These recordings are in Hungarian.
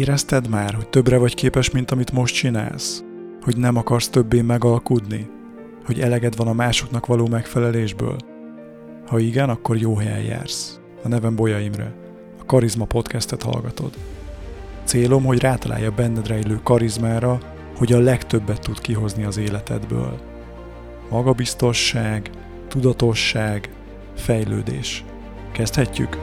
Érezted már, hogy többre vagy képes, mint amit most csinálsz? Hogy nem akarsz többé megalkudni? Hogy eleged van a másoknak való megfelelésből? Ha igen, akkor jó helyen jársz. A nevem Bolya Imre. A Karizma podcastet hallgatod. Célom, hogy rátalálja benned rejlő karizmára, hogy a legtöbbet tud kihozni az életedből. Magabiztosság, tudatosság, fejlődés. Kezdhetjük?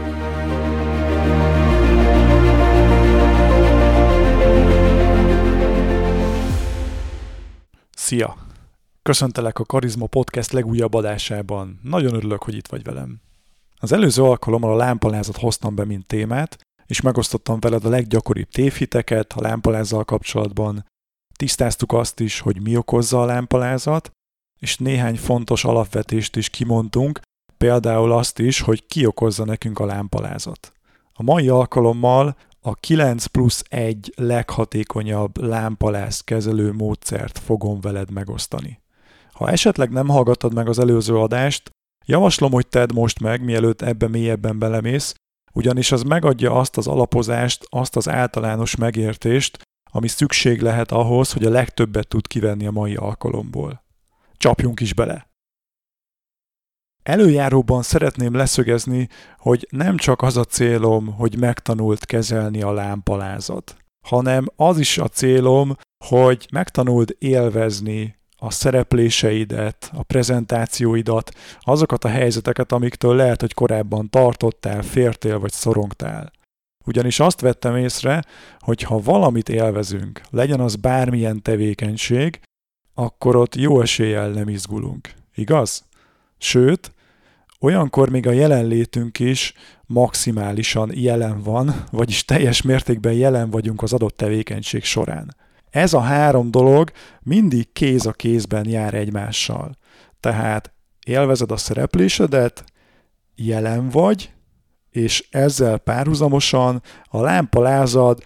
Szia! Köszöntelek a Karizma Podcast legújabb adásában. Nagyon örülök, hogy itt vagy velem. Az előző alkalommal a lámpalázat hoztam be, mint témát, és megosztottam veled a leggyakoribb tévhiteket a lámpalázzal kapcsolatban. Tisztáztuk azt is, hogy mi okozza a lámpalázat, és néhány fontos alapvetést is kimondtunk, például azt is, hogy ki okozza nekünk a lámpalázat. A mai alkalommal a 9+1 leghatékonyabb lámpaláz kezelő módszert fogom veled megosztani. Ha esetleg nem hallgattad meg az előző adást, javaslom, hogy tedd most meg, mielőtt ebbe mélyebben belemész, ugyanis az megadja azt az alapozást, azt az általános megértést, ami szükség lehet ahhoz, hogy a legtöbbet tud kivenni a mai alkalomból. Csapjunk is bele! Előjáróban szeretném leszögezni, hogy nem csak az a célom, hogy megtanuld kezelni a lámpalázat, hanem az is a célom, hogy megtanuld élvezni a szerepléseidet, a prezentációidat, azokat a helyzeteket, amiktől lehet, hogy korábban tartottál, féltél vagy szorongtál. Ugyanis azt vettem észre, hogy ha valamit élvezünk, legyen az bármilyen tevékenység, akkor ott jó eséllyel nem izgulunk. Igaz? Sőt, olyankor még a jelenlétünk is maximálisan jelen van, vagyis teljes mértékben jelen vagyunk az adott tevékenység során. Ez a három dolog mindig kéz a kézben jár egymással. Tehát élvezed a szereplésedet, jelen vagy, és ezzel párhuzamosan a lámpalázad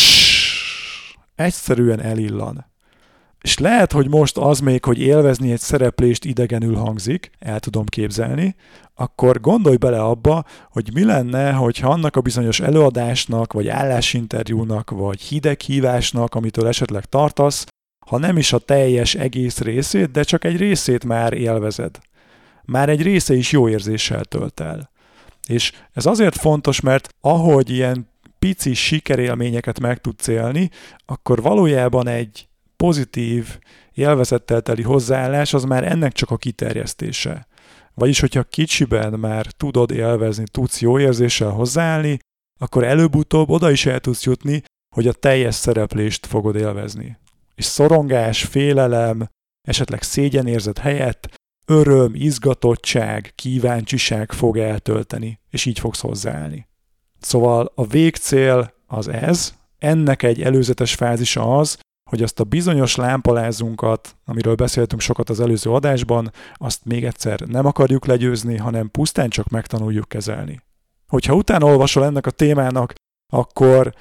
egyszerűen elillan. És lehet, hogy most az még, hogy élvezni egy szereplést idegenül hangzik, el tudom képzelni, akkor gondolj bele abba, hogy mi lenne, hogyha annak a bizonyos előadásnak, vagy állásinterjúnak, vagy hideghívásnak, amitől esetleg tartasz, ha nem is a teljes egész részét, de csak egy részét már élvezed. Már egy része is jó érzéssel tölt el. És ez azért fontos, mert ahogy ilyen pici sikerélményeket meg tudsz élni, akkor valójában egy pozitív, élvezettel teli hozzáállás az már ennek csak a kiterjesztése. Vagyis, hogyha kicsiben már tudod élvezni, tudsz jó érzéssel hozzáállni, akkor előbb-utóbb oda is el tudsz jutni, hogy a teljes szereplést fogod élvezni. És szorongás, félelem, esetleg szégyenérzet helyett öröm, izgatottság, kíváncsiság fog eltölteni, és így fogsz hozzáállni. Szóval a végcél az ez, ennek egy előzetes fázisa az, hogy azt a bizonyos lámpalázunkat, amiről beszéltünk sokat az előző adásban, azt még egyszer nem akarjuk legyőzni, hanem pusztán csak megtanuljuk kezelni. Hogyha utána olvasol ennek a témának, akkor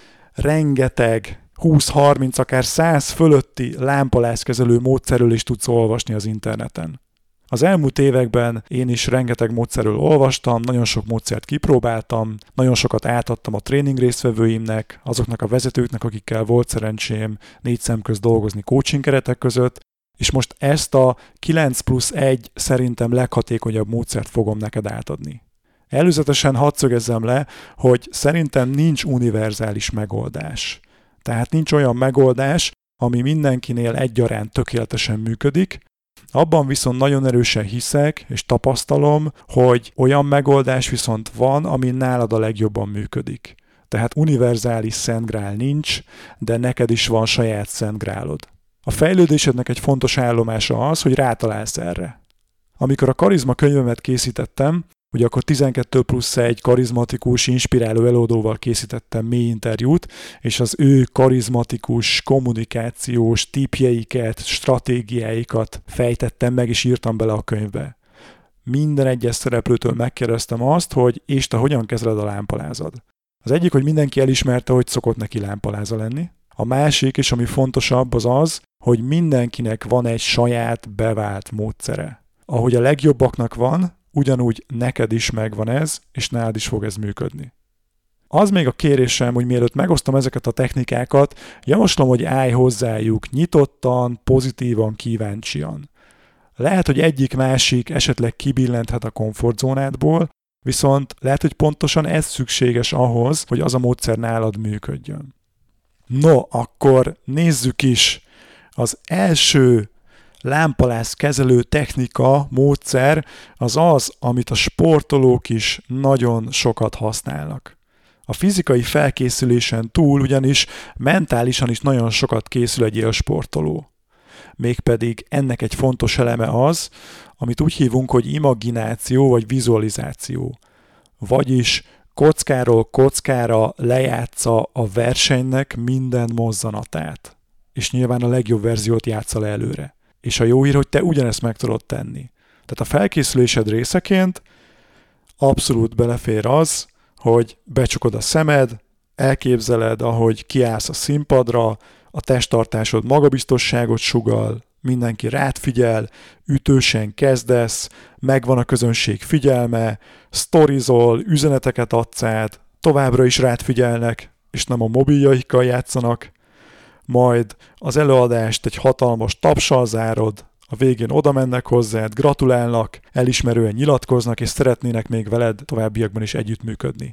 rengeteg 20-30, akár 100 fölötti lámpalázkezelő módszerről is tudsz olvasni az interneten. Az elmúlt években én is rengeteg módszerről olvastam, nagyon sok módszert kipróbáltam, nagyon sokat átadtam a tréning résztvevőimnek, azoknak a vezetőknek, akikkel volt szerencsém 4 szem közt dolgozni coaching keretek között, és most ezt a 9+1 szerintem leghatékonyabb módszert fogom neked átadni. Előzetesen hadd szögezzem le, hogy szerintem nincs univerzális megoldás. Tehát nincs olyan megoldás, ami mindenkinél egyaránt tökéletesen működik. Abban viszont nagyon erősen hiszek, és tapasztalom, hogy olyan megoldás viszont van, ami nálad a legjobban működik. Tehát univerzális szentgrál nincs, de neked is van saját szentgrálod. A fejlődésednek egy fontos állomása az, hogy rátalálsz erre. Amikor a karizma könyvemet készítettem, ugye akkor 12+1 karizmatikus, inspiráló előadóval készítettem mély interjút, és az ő karizmatikus, kommunikációs tippjeiket, stratégiáikat fejtettem meg, és írtam bele a könyvbe. Minden egyes szereplőtől megkérdeztem azt, hogy és te hogyan kezeled a lámpalázad. Az egyik, hogy mindenki elismerte, hogy szokott neki lámpaláza lenni. A másik, és ami fontosabb, az az, hogy mindenkinek van egy saját bevált módszere. Ahogy a legjobbaknak van, ugyanúgy neked is megvan ez, és nálad is fog ez működni. Az még a kérésem, hogy mielőtt megosztom ezeket a technikákat, javaslom, hogy állj hozzájuk nyitottan, pozitívan, kíváncsian. Lehet, hogy egyik-másik esetleg kibillenthet a komfortzónádból, viszont lehet, hogy pontosan ez szükséges ahhoz, hogy az a módszer nálad működjön. No, akkor nézzük is. Az első lámpalász kezelő technika, módszer az, amit a sportolók is nagyon sokat használnak. A fizikai felkészülésen túl ugyanis mentálisan is nagyon sokat készül egy élsportoló. Mégpedig ennek egy fontos eleme az, amit úgy hívunk, hogy imagináció vagy vizualizáció. Vagyis kockáról kockára lejátsza a versenynek minden mozzanatát. És nyilván a legjobb verziót játsza le előre. És a jó hír, hogy te ugyanezt meg tudod tenni. Tehát a felkészülésed részeként abszolút belefér az, hogy becsukod a szemed, elképzeled, ahogy kiállsz a színpadra, a testtartásod magabiztosságot sugall, mindenki rád figyel, ütősen kezdesz, megvan a közönség figyelme, sztorizol, üzeneteket adsz át, továbbra is rád figyelnek, és nem a mobiljaikkal játszanak, majd az előadást egy hatalmas tapssal zárod, a végén oda mennek hozzád, gratulálnak, elismerően nyilatkoznak, és szeretnének még veled továbbiakban is együttműködni.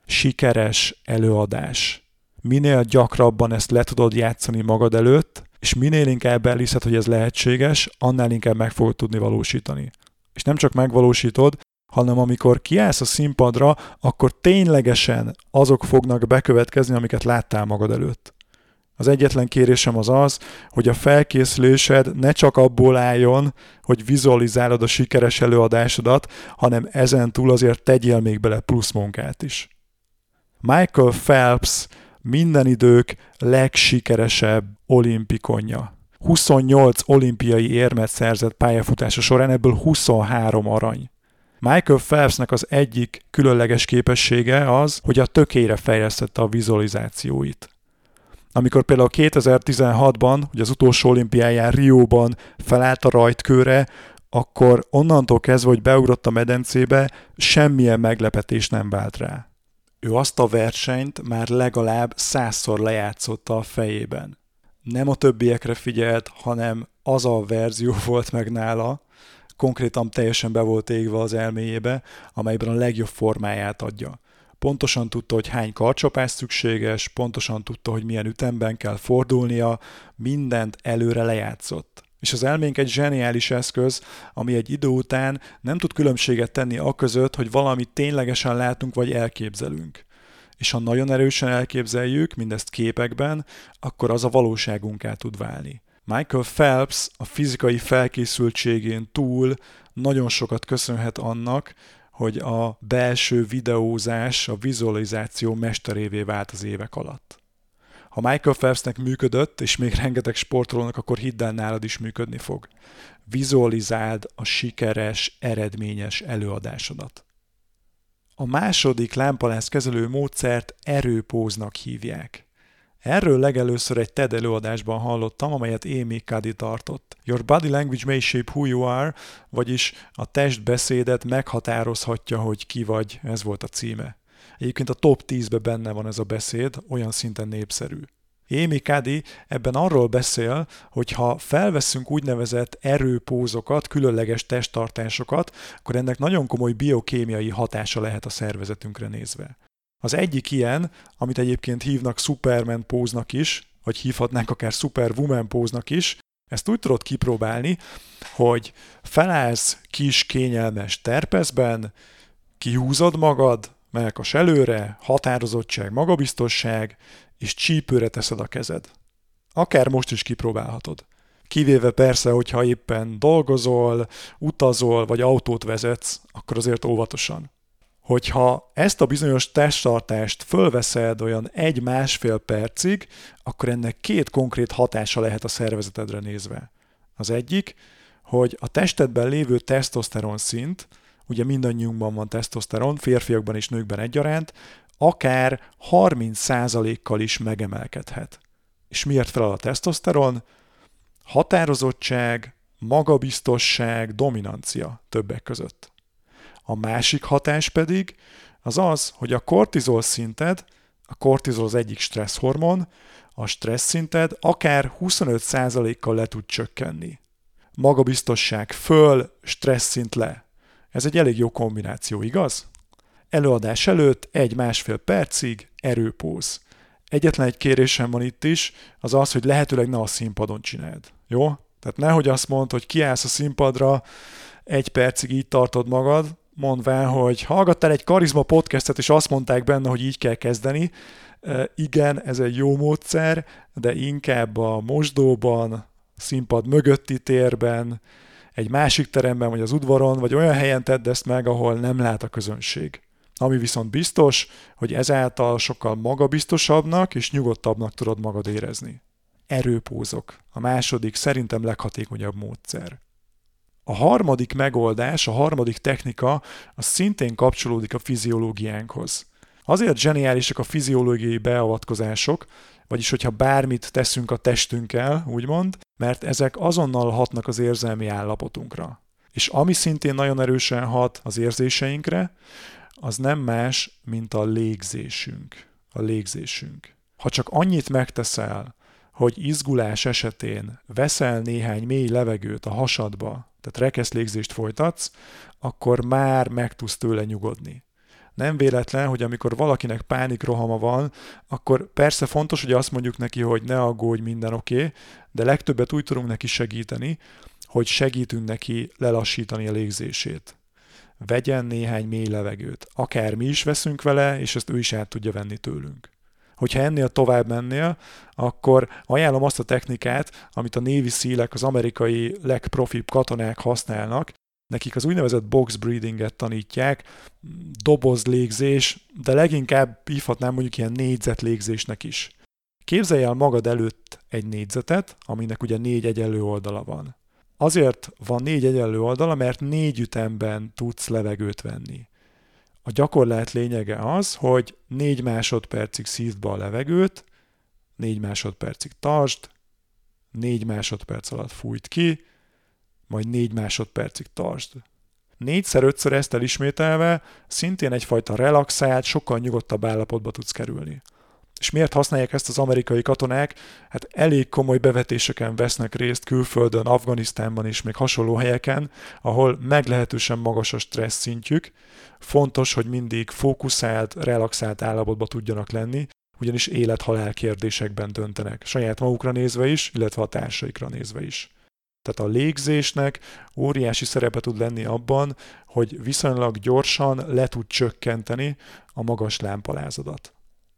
Sikeres előadás. Minél gyakrabban ezt le tudod játszani magad előtt, és minél inkább elhiszed, hogy ez lehetséges, annál inkább meg fogod tudni valósítani. És nem csak megvalósítod, hanem amikor kiállsz a színpadra, akkor ténylegesen azok fognak bekövetkezni, amiket láttál magad előtt. Az egyetlen kérésem az, hogy a felkészülésed ne csak abból álljon, hogy vizualizálod a sikeres előadásodat, hanem ezen túl azért tegyél még bele plusz munkát is. Michael Phelps minden idők legsikeresebb olimpikonja. 28 olimpiai érmet szerzett pályafutása során, ebből 23 arany. Michael Phelpsnek az egyik különleges képessége az, hogy a tökére fejlesztette a vizualizációit. Amikor például 2016-ban, ugye az utolsó olimpiáján Rióban felállt a rajtkőre, akkor onnantól kezdve, hogy beugrott a medencébe, semmilyen meglepetés nem vált rá. Ő azt a versenyt már legalább 100-szor lejátszotta a fejében. Nem a többiekre figyelt, hanem az a verzió volt meg nála, konkrétan teljesen be volt égve az elméjébe, amelyben a legjobb formáját adja. Pontosan tudta, hogy hány karcsapás szükséges, pontosan tudta, hogy milyen ütemben kell fordulnia, mindent előre lejátszott. És az elménk egy zseniális eszköz, ami egy idő után nem tud különbséget tenni aközött, hogy valamit ténylegesen látunk vagy elképzelünk. És ha nagyon erősen elképzeljük, mindezt képekben, akkor az a valóságunká tud válni. Michael Phelps a fizikai felkészültségén túl nagyon sokat köszönhet annak, hogy a belső videózás, a vizualizáció mesterévé vált az évek alatt. Ha Michael Phelpsnek működött, és még rengeteg sportolónak, akkor hidd el, nálad is működni fog. Vizualizáld a sikeres, eredményes előadásodat. A második lámpalász kezelő módszert erőpóznak hívják. Erről legelőször egy TED előadásban hallottam, amelyet Amy Cuddy tartott. Your body language may shape who you are, vagyis a testbeszédet meghatározhatja, hogy ki vagy, ez volt a címe. Egyébként a top 10-ben benne van ez a beszéd, olyan szinten népszerű. Amy Cuddy ebben arról beszél, hogy ha felveszünk úgynevezett erőpózokat, különleges testtartásokat, akkor ennek nagyon komoly biokémiai hatása lehet a szervezetünkre nézve. Az egyik ilyen, amit egyébként hívnak Superman póznak is, vagy hívhatnánk akár Superwoman póznak is, ezt úgy tudod kipróbálni, hogy felállsz kis kényelmes terpeszben, kihúzod magad, mellkas előre, határozottság, magabiztosság, és csípőre teszed a kezed. Akár most is kipróbálhatod. Kivéve persze, hogyha éppen dolgozol, utazol, vagy autót vezetsz, akkor azért óvatosan. Hogyha ezt a bizonyos testtartást fölveszed olyan 1-1,5 percig, akkor ennek 2 konkrét hatása lehet a szervezetedre nézve. Az egyik, hogy a testedben lévő tesztoszteron szint, ugye mindannyiunkban van tesztoszteron, férfiakban és nőkben egyaránt, akár 30%-kal is megemelkedhet. És miért felel a tesztoszteron? Határozottság, magabiztosság, dominancia többek között. A másik hatás pedig, az az, hogy a kortizol szinted, a kortizol az egyik stresszhormon, a stressz szinted akár 25%-kal le tud csökkenni. Magabiztosság föl, stressz szint le. Ez egy elég jó kombináció, igaz? Előadás előtt 1-1,5 percig erőpóz. Egyetlen egy kérésem van itt is, az az, hogy lehetőleg ne a színpadon csináld. Jó? Tehát nehogy azt mondd, hogy kiállsz a színpadra, 1 percig így tartod magad, mondván, hogy hallgattál egy Karizma podcastet, és azt mondták benne, hogy így kell kezdeni. Igen, ez egy jó módszer, de inkább a mosdóban, a színpad mögötti térben, egy másik teremben, vagy az udvaron, vagy olyan helyen tedd ezt meg, ahol nem lát a közönség. Ami viszont biztos, hogy ezáltal sokkal magabiztosabbnak és nyugodtabbnak tudod magad érezni. Erőpózok. A második, szerintem leghatékonyabb módszer. A harmadik megoldás, a harmadik technika, az szintén kapcsolódik a fiziológiánkhoz. Azért zseniálisak a fiziológiai beavatkozások, vagyis hogyha bármit teszünk a testünkkel, úgymond, mert ezek azonnal hatnak az érzelmi állapotunkra. És ami szintén nagyon erősen hat az érzéseinkre, az nem más, mint a légzésünk. A légzésünk. Ha csak annyit megteszel, hogy izgulás esetén veszel néhány mély levegőt a hasadba, tehát rekeszlégzést folytatsz, akkor már meg tudsz tőle nyugodni. Nem véletlen, hogy amikor valakinek pánikrohama van, akkor persze fontos, hogy azt mondjuk neki, hogy ne aggódj, minden oké, de legtöbbet úgy tudunk neki segíteni, hogy segítünk neki lelassítani a légzését. Vegyen néhány mély levegőt. Akár mi is veszünk vele, és ezt ő is át tudja venni tőlünk. Hogyha ennél tovább mennél, akkor ajánlom azt a technikát, amit a Navy SEAL-ek, az amerikai legprofibb katonák használnak. Nekik az úgynevezett box breathing-et tanítják, dobozlégzés, de leginkább hívhatnám mondjuk ilyen négyzetlégzésnek is. Képzelj el magad előtt egy négyzetet, aminek ugye 4 egyenlő oldala van. Azért van 4 egyenlő oldala, mert 4 ütemben tudsz levegőt venni. A gyakorlat lényege az, hogy 4 másodpercig szívd be a levegőt, 4 másodpercig tartsd, 4 másodperc alatt fújt ki, majd 4 másodpercig tartsd. 4-5-ször ezt elismételve szintén egyfajta relaxált, sokkal nyugodtabb állapotba tudsz kerülni. És miért használják ezt az amerikai katonák? Hát elég komoly bevetéseken vesznek részt külföldön, Afganisztánban és még hasonló helyeken, ahol meglehetősen magas a stressz szintjük. Fontos, hogy mindig fókuszált, relaxált állapotba tudjanak lenni, ugyanis élet-halál kérdésekben döntenek, saját magukra nézve is, illetve a társaikra nézve is. Tehát a légzésnek óriási szerepe tud lenni abban, hogy viszonylag gyorsan le tud csökkenteni a magas lámpalázadat.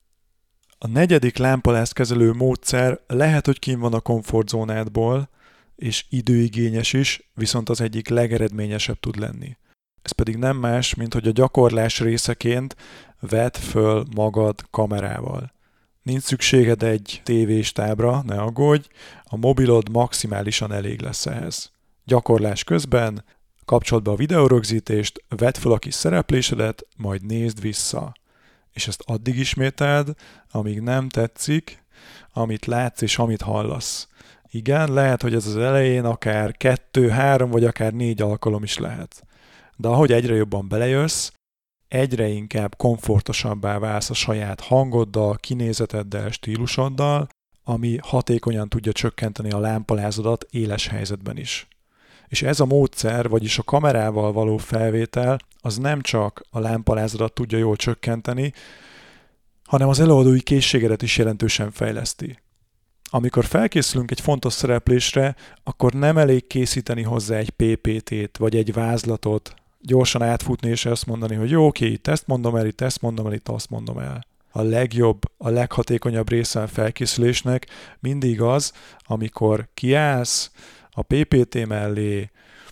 A negyedik lámpalázkezelő módszer lehet, hogy kint van a komfortzónádból, és időigényes is, viszont az egyik legeredményesebb tud lenni. Ez pedig nem más, mint hogy a gyakorlás részeként vedd föl magad kamerával. Nincs szükséged egy tévéstábra, ne aggódj, a mobilod maximálisan elég lesz ehhez. Gyakorlás közben kapcsold be a videórögzítést, vedd föl a kis szereplésedet, majd nézd vissza. És ezt addig ismételd, amíg nem tetszik, amit látsz és amit hallasz. Igen, lehet, hogy ez az elején akár 2, 3 vagy akár 4 alkalom is lehet. De ahogy egyre jobban belejössz, egyre inkább komfortosabbá válsz a saját hangoddal, kinézeteddel, stílusoddal, ami hatékonyan tudja csökkenteni a lámpalázadat éles helyzetben is. És ez a módszer, vagyis a kamerával való felvétel, az nem csak a lámpalázadat tudja jól csökkenteni, hanem az előadói készségedet is jelentősen fejleszti. Amikor felkészülünk egy fontos szereplésre, akkor nem elég készíteni hozzá egy PPT-t, vagy egy vázlatot, gyorsan átfutni és azt mondani, hogy jó, oké, itt ezt mondom el, itt ezt mondom el, itt azt mondom el. A legjobb, a leghatékonyabb része a felkészülésnek mindig az, amikor kiállsz a PPT mellé,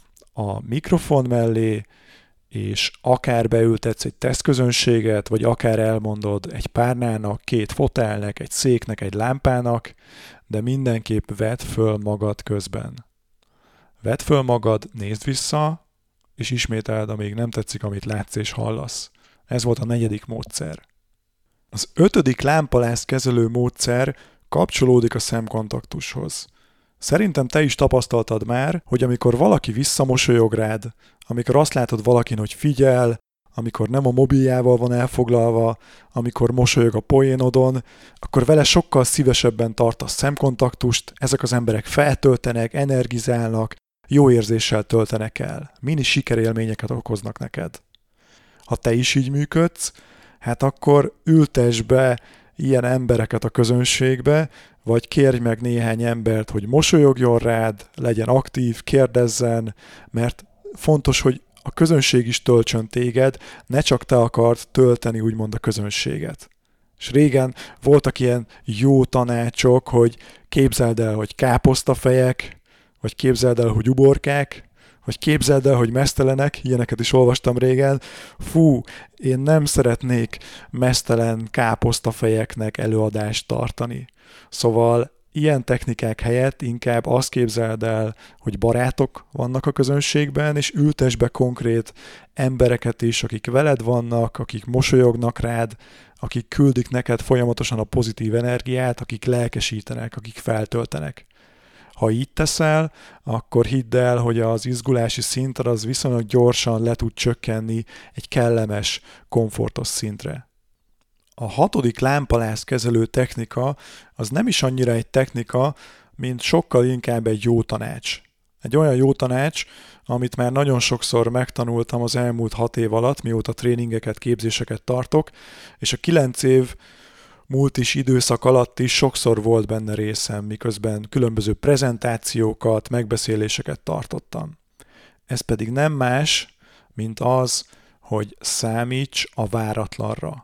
a mikrofon mellé, és akár beültetsz egy tesztközönséget, vagy akár elmondod egy párnának, 2 fotelnek, egy széknek, egy lámpának, de mindenképp vedd föl magad közben. Vedd föl magad, nézd vissza, és ismételd, amíg nem tetszik, amit látsz és hallasz. Ez volt a 4. módszer. Az 5. lámpalázkezelő módszer kapcsolódik a szemkontaktushoz. Szerintem te is tapasztaltad már, hogy amikor valaki visszamosolyog rád, amikor azt látod valakin, hogy figyel, amikor nem a mobiljával van elfoglalva, amikor mosolyog a poénodon, akkor vele sokkal szívesebben tartasz szemkontaktust, ezek az emberek feltöltenek, energizálnak, jó érzéssel töltenek el, mini sikerélményeket okoznak neked. Ha te is így működsz, hát akkor ültess be ilyen embereket a közönségbe, vagy kérj meg néhány embert, hogy mosolyogjon rád, legyen aktív, kérdezzen, mert fontos, hogy a közönség is töltsön téged, ne csak te akard tölteni úgymond a közönséget. És régen voltak ilyen jó tanácsok, hogy képzeld el, hogy káposztafejek, vagy képzeld el, hogy uborkák, vagy képzeld el, hogy meztelenek, ilyeneket is olvastam régen. Fú, én nem szeretnék meztelen káposztafejeknek előadást tartani. Szóval ilyen technikák helyett inkább azt képzeld el, hogy barátok vannak a közönségben, és ültess be konkrét embereket is, akik veled vannak, akik mosolyognak rád, akik küldik neked folyamatosan a pozitív energiát, akik lelkesítenek, akik feltöltenek. Ha így teszel, akkor hidd el, hogy az izgulási szinted az viszonylag gyorsan le tud csökkenni egy kellemes, komfortos szintre. A 6. lámpalász kezelő technika az nem is annyira egy technika, mint sokkal inkább egy jó tanács. Egy olyan jó tanács, amit már nagyon sokszor megtanultam az elmúlt 6 év alatt, mióta tréningeket, képzéseket tartok, és a 9 év múlt is időszak alatt is sokszor volt benne részem, miközben különböző prezentációkat, megbeszéléseket tartottam. Ez pedig nem más, mint az, hogy számíts a váratlanra.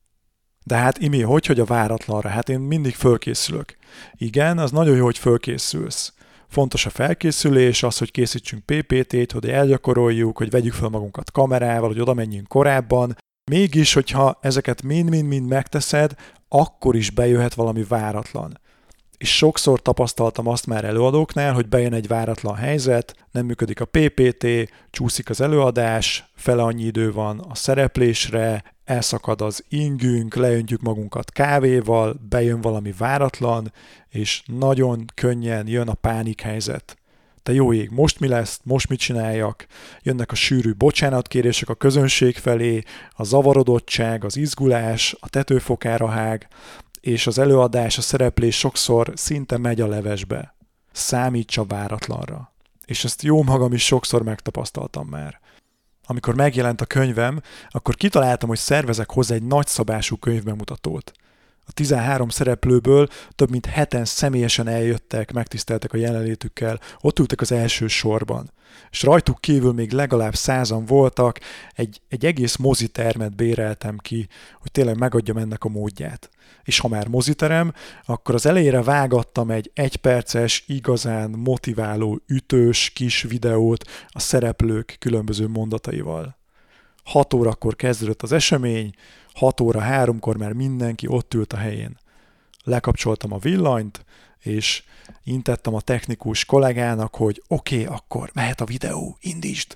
De hát Imi, hogy a váratlanra? Hát én mindig fölkészülök. Igen, az nagyon jó, hogy fölkészülsz. Fontos a felkészülés, az, hogy készítsünk PPT-t, hogy elgyakoroljuk, hogy vegyük fel magunkat kamerával, hogy oda menjünk korábban. Mégis, hogyha ezeket mind-mind megteszed, akkor is bejöhet valami váratlan. És sokszor tapasztaltam azt már előadóknál, hogy bejön egy váratlan helyzet, nem működik a PPT, csúszik az előadás, fele annyi idő van a szereplésre, elszakad az ingünk, leöntjük magunkat kávéval, bejön valami váratlan, és nagyon könnyen jön a pánikhelyzet. Te jó ég, most mi lesz, most mit csináljak? Jönnek a sűrű bocsánatkérések a közönség felé, a zavarodottság, az izgulás, a tetőfokára hág, és az előadás, a szereplés sokszor szinte megy a levesbe. Számíts a váratlanra. És ezt jó magam is sokszor megtapasztaltam már. Amikor megjelent a könyvem, akkor kitaláltam, hogy szervezek hozzá egy nagyszabású könyvbemutatót. A 13 szereplőből több mint 7-en személyesen eljöttek, megtiszteltek a jelenlétükkel, ott ültek az első sorban. És rajtuk kívül még legalább 100-an voltak, egy egész mozitermet béreltem ki, hogy tényleg megadjam ennek a módját. És ha már moziterem, akkor az elejére vágattam egy 1 perces, igazán motiváló, ütős kis videót a szereplők különböző mondataival. 6 órakor kezdődött az esemény, 6 óra 3-kor már mindenki ott ült a helyén. Lekapcsoltam a villanyt, és intettem a technikus kollégának, hogy oké, akkor mehet a videó, indítsd!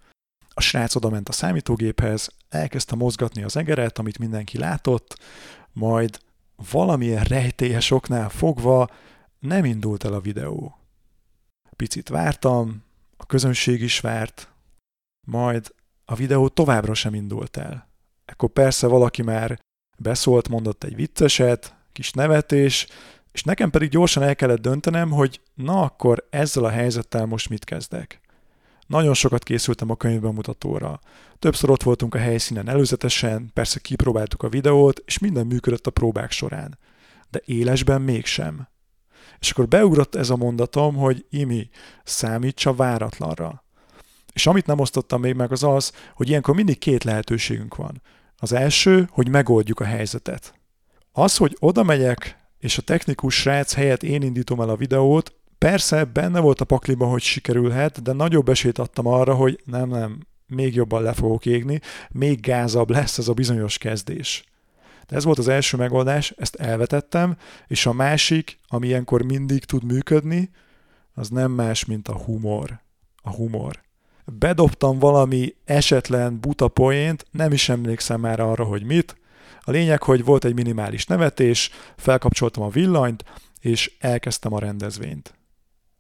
A srác odament a számítógéphez, elkezdte mozgatni az egeret, amit mindenki látott, majd valamilyen rejtélyes oknál fogva nem indult el a videó. Picit vártam, a közönség is várt, majd a videó továbbra sem indult el. Ekkor persze valaki már beszólt, mondott egy vicceset, kis nevetés, és nekem pedig gyorsan el kellett döntenem, hogy na akkor ezzel a helyzettel most mit kezdek. Nagyon sokat készültem a könyvbemutatóra. Többször ott voltunk a helyszínen előzetesen, persze kipróbáltuk a videót, és minden működött a próbák során. De élesben mégsem. És akkor beugrott ez a mondatom, hogy Imi, számíts a váratlanra. És amit nem osztottam még meg az az, hogy ilyenkor mindig 2 lehetőségünk van. Az első, hogy megoldjuk a helyzetet. Az, hogy oda megyek, és a technikus srác helyett én indítom el a videót, persze benne volt a pakliban, hogy sikerülhet, de nagyobb esélyt adtam arra, hogy nem, még jobban le fogok égni, még gázabb lesz ez a bizonyos kezdés. De ez volt az első megoldás, ezt elvetettem, és a másik, ami ilyenkor mindig tud működni, az nem más, mint a humor. A humor. Bedobtam valami esetlen buta poént, nem is emlékszem már arra, hogy mit. A lényeg, hogy volt egy minimális nevetés, felkapcsoltam a villanyt, és elkezdtem a rendezvényt.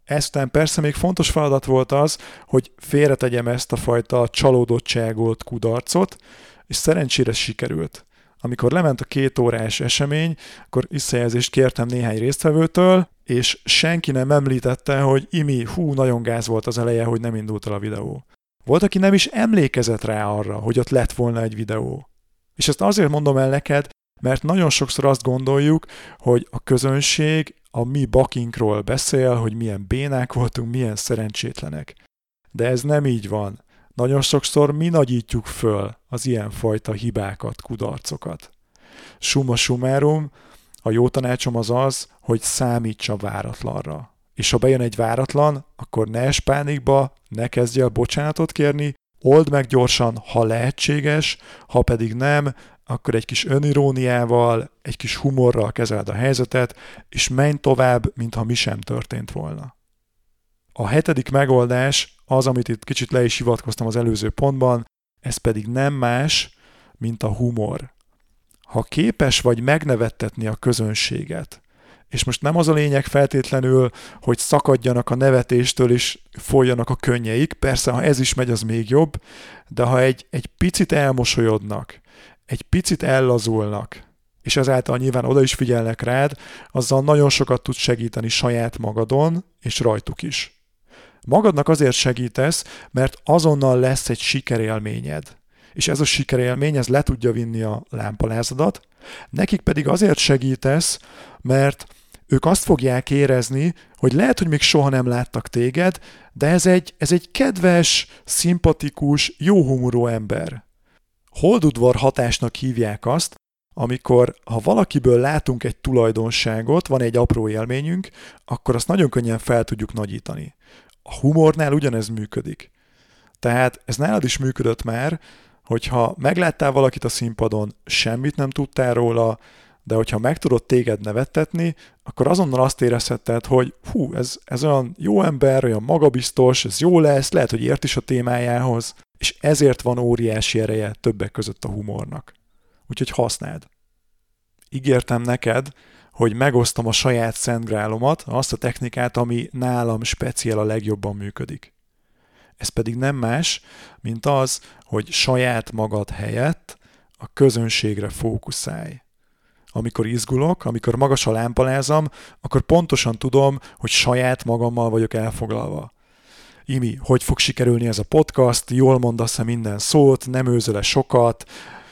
Eztán persze még fontos feladat volt az, hogy félretegyem ezt a fajta csalódottságot, kudarcot, és szerencsére sikerült. Amikor lement a 2 órás esemény, akkor visszajelzést kértem néhány résztvevőtől, és senki nem említette, hogy nagyon gáz volt az eleje, hogy nem indult el a videó. Volt, aki nem is emlékezett rá arra, hogy ott lett volna egy videó. És ezt azért mondom el neked, mert nagyon sokszor azt gondoljuk, hogy a közönség a mi bakinkról beszél, hogy milyen bénák voltunk, milyen szerencsétlenek. De ez nem így van. Nagyon sokszor mi nagyítjuk föl az ilyenfajta hibákat, kudarcokat. Summa summarum, a jó tanácsom az, hogy számíts a váratlanra. És ha bejön egy váratlan, akkor ne esd pánikba, ne kezdj el bocsánatot kérni, old meg gyorsan, ha lehetséges, ha pedig nem, akkor egy kis öniróniával, egy kis humorral kezeld a helyzetet, és menj tovább, mintha mi sem történt volna. A 7. megoldás az, amit itt kicsit le is hivatkoztam az előző pontban, ez pedig nem más, mint a humor. Ha képes vagy megnevettetni a közönséget, és most nem az a lényeg feltétlenül, hogy szakadjanak a nevetéstől és folyjanak a könnyeik, persze, ha ez is megy, az még jobb, de ha egy picit elmosolyodnak, egy picit ellazulnak, és ezáltal nyilván oda is figyelnek rád, azzal nagyon sokat tudsz segíteni saját magadon, és rajtuk is. Magadnak azért segítesz, mert azonnal lesz egy sikerélményed. És ez a sikerélmény, ez le tudja vinni a lámpalázadat, nekik pedig azért segítesz, mert ők azt fogják érezni, hogy lehet, hogy még soha nem láttak téged, de ez egy kedves, szimpatikus, jóhumorú ember. Holdudvar hatásnak hívják azt, amikor, ha valakiből látunk egy tulajdonságot, van egy apró élményünk, akkor azt nagyon könnyen fel tudjuk nagyítani. A humornál ugyanez működik. Tehát ez nálad is működött már, hogyha megláttál valakit a színpadon, semmit nem tudtál róla, de hogyha meg tudod téged nevettetni, akkor azonnal azt érezhetted, hogy ez olyan jó ember, olyan magabiztos, ez jó lesz, lehet, hogy ért is a témájához, és ezért van óriási ereje többek között a humornak. Úgyhogy használd. Ígértem neked, hogy megosztom a saját szentgrálomat, azt a technikát, ami nálam speciál a legjobban működik. Ez pedig nem más, mint az, hogy saját magad helyett a közönségre fókuszálj. Amikor izgulok, amikor magas a lámpalázam, akkor pontosan tudom, hogy saját magammal vagyok elfoglalva. Hogy fog sikerülni ez a podcast, jól mondasz-e minden szót, nem őzöl-e sokat,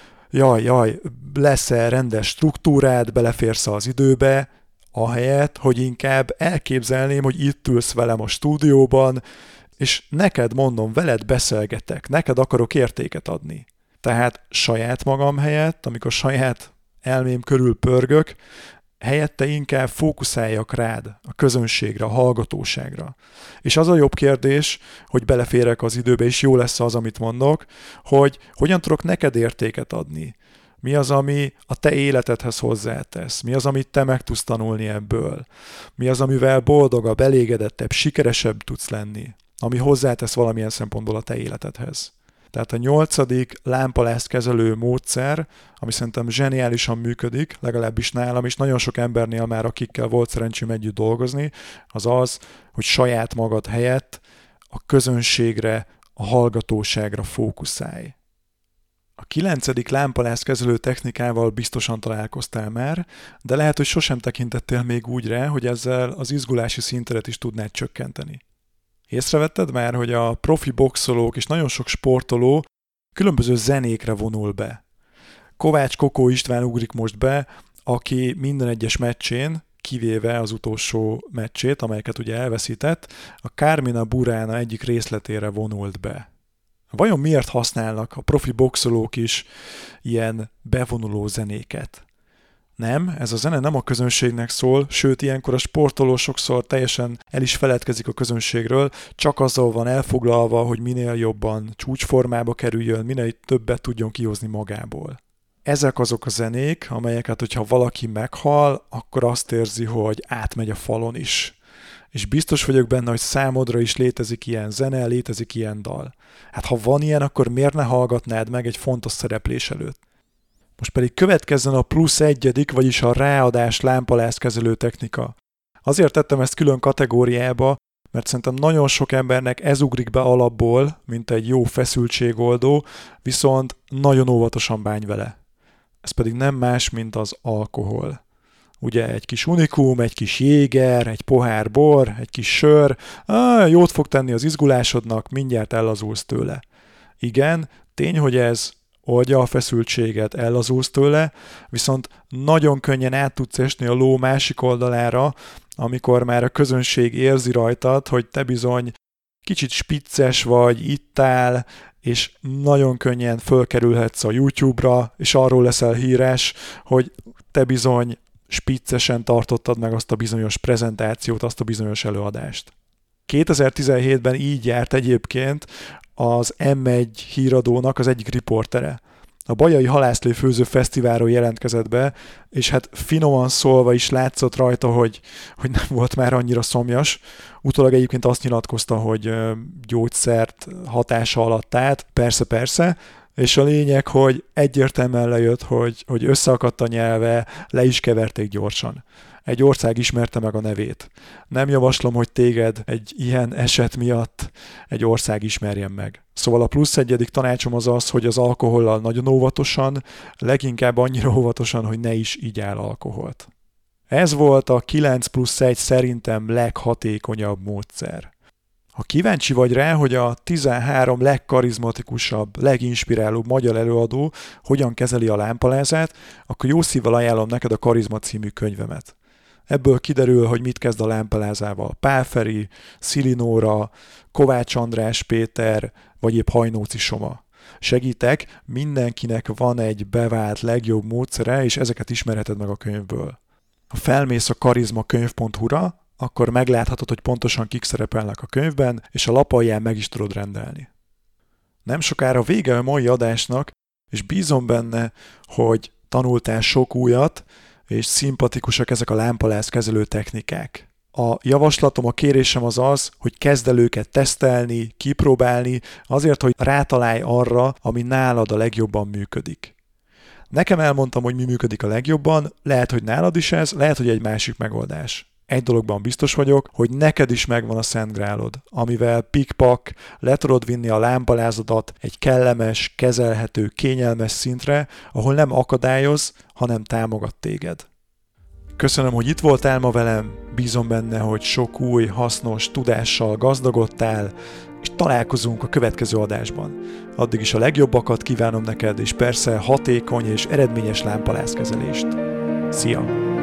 lesz-e rendes struktúrád, beleférsz az időbe, ahelyett, hogy inkább elképzelném, hogy itt ülsz velem a stúdióban, és neked mondom, veled beszélgetek, neked akarok értéket adni. Tehát saját magam helyett, amikor saját elmém körül pörgök, helyette inkább fókuszáljak rád, a közönségre, a hallgatóságra. És az a jobb kérdés, hogy beleférek az időbe, és jó lesz az, amit mondok, hogy hogyan tudok neked értéket adni. Mi az, ami a te életedhez hozzátesz? Mi az, amit te meg tudsz tanulni ebből? Mi az, amivel boldogabb, elégedettebb, sikeresebb tudsz lenni? Ami hozzátesz valamilyen szempontból a te életedhez. Tehát a 8. lámpalázt kezelő módszer, ami szerintem zseniálisan működik, legalábbis nálam is, nagyon sok embernél már, akikkel volt szerencsém együtt dolgozni, az az, hogy saját magad helyett a közönségre, a hallgatóságra fókuszálj. A 9. lámpalázt kezelő technikával biztosan találkoztál már, de lehet, hogy sosem tekintettél még úgy rá, hogy ezzel az izgulási szintedet is tudnád csökkenteni. Észrevetted már, hogy a profi boxolók és nagyon sok sportoló különböző zenékre vonul be. Kovács Kokó István ugrik most be, aki minden egyes meccsén, kivéve az utolsó meccsét, amelyeket ugye elveszített, a Carmina Burana egyik részletére vonult be. Vajon miért használnak a profi boxolók is ilyen bevonuló zenéket? Nem, ez a zene nem a közönségnek szól, sőt ilyenkor a sportoló sokszor teljesen el is feledkezik a közönségről, csak azzal van elfoglalva, hogy minél jobban csúcsformába kerüljön, minél többet tudjon kihozni magából. Ezek azok a zenék, amelyeket, hogyha valaki meghal, akkor azt érzi, hogy átmegy a falon is. És biztos vagyok benne, hogy számodra is létezik ilyen zene, létezik ilyen dal. Hát ha van ilyen, akkor miért ne hallgatnád meg egy fontos szereplés előtt? Most pedig következzen a +1, vagyis a ráadás lámpalászkezelő technika. Azért tettem ezt külön kategóriába, mert szerintem nagyon sok embernek ez ugrik be alapból, mint egy jó feszültségoldó, viszont nagyon óvatosan bánj vele. Ez pedig nem más, mint az alkohol. Ugye egy kis unikum, egy kis jéger, egy pohár bor, egy kis sör, jót fog tenni az izgulásodnak, mindjárt ellazulsz tőle. Igen, tény, hogy ez oldja a feszültséget, ellazulsz tőle, viszont nagyon könnyen át tudsz esni a ló másik oldalára, amikor már a közönség érzi rajtad, hogy te bizony kicsit spicces vagy, ittál, és nagyon könnyen fölkerülhetsz a YouTube-ra, és arról leszel híres, hogy te bizony spiccesen tartottad meg azt a bizonyos prezentációt, azt a bizonyos előadást. 2017-ben így járt egyébként az M1 híradónak az egyik riportere. A Bajai Halászlé-főző Fesztiválról jelentkezett be, és hát finoman szólva is látszott rajta, hogy nem volt már annyira szomjas. Utólag egyébként azt nyilatkozta, hogy gyógyszert hatása alatt állt, persze, és a lényeg, hogy egyértelműen lejött, hogy összeakadt a nyelve, le is keverték gyorsan. Egy ország ismerte meg a nevét. Nem javaslom, hogy téged egy ilyen eset miatt egy ország ismerjen meg. Szóval a plusz egyedik tanácsom az, hogy az alkohollal nagyon óvatosan, leginkább annyira óvatosan, hogy ne is igyál alkoholt. Ez volt a 9+1 szerintem leghatékonyabb módszer. Ha kíváncsi vagy rá, hogy a 13 legkarizmatikusabb, leginspirálóbb magyar előadó hogyan kezeli a lámpalázát, akkor jó szívvel ajánlom neked a Karizma című könyvemet. Ebből kiderül, hogy mit kezd a lámpalázával Pál Feri, Szili Nóra, Kovács András Péter, vagy épp Hajnóci Soma. Segítek, mindenkinek van egy bevált legjobb módszere, és ezeket ismerheted meg a könyvből. Ha felmész a karizmakönyv.hu-ra, akkor megláthatod, hogy pontosan kik szerepelnek a könyvben, és a lap alján meg is tudod rendelni. Nem sokára vége a mai adásnak, és bízom benne, hogy tanultál sok újat, és szimpatikusak ezek a lámpaláz kezelő technikák. A javaslatom, a kérésem az, hogy kezd el őket tesztelni, kipróbálni, azért, hogy rátalálj arra, ami nálad a legjobban működik. Nekem elmondtam, hogy mi működik a legjobban, lehet, hogy nálad is ez, lehet, hogy egy másik megoldás. Egy dologban biztos vagyok, hogy neked is megvan a Szent Grálod, amivel pikpak le tudod vinni a lámpalázadat egy kellemes, kezelhető, kényelmes szintre, ahol nem akadályoz, hanem támogat téged. Köszönöm, hogy itt voltál ma velem, bízom benne, hogy sok új, hasznos tudással gazdagodtál, és találkozunk a következő adásban. Addig is a legjobbakat kívánom neked, és persze hatékony és eredményes lámpalázkezelést. Szia!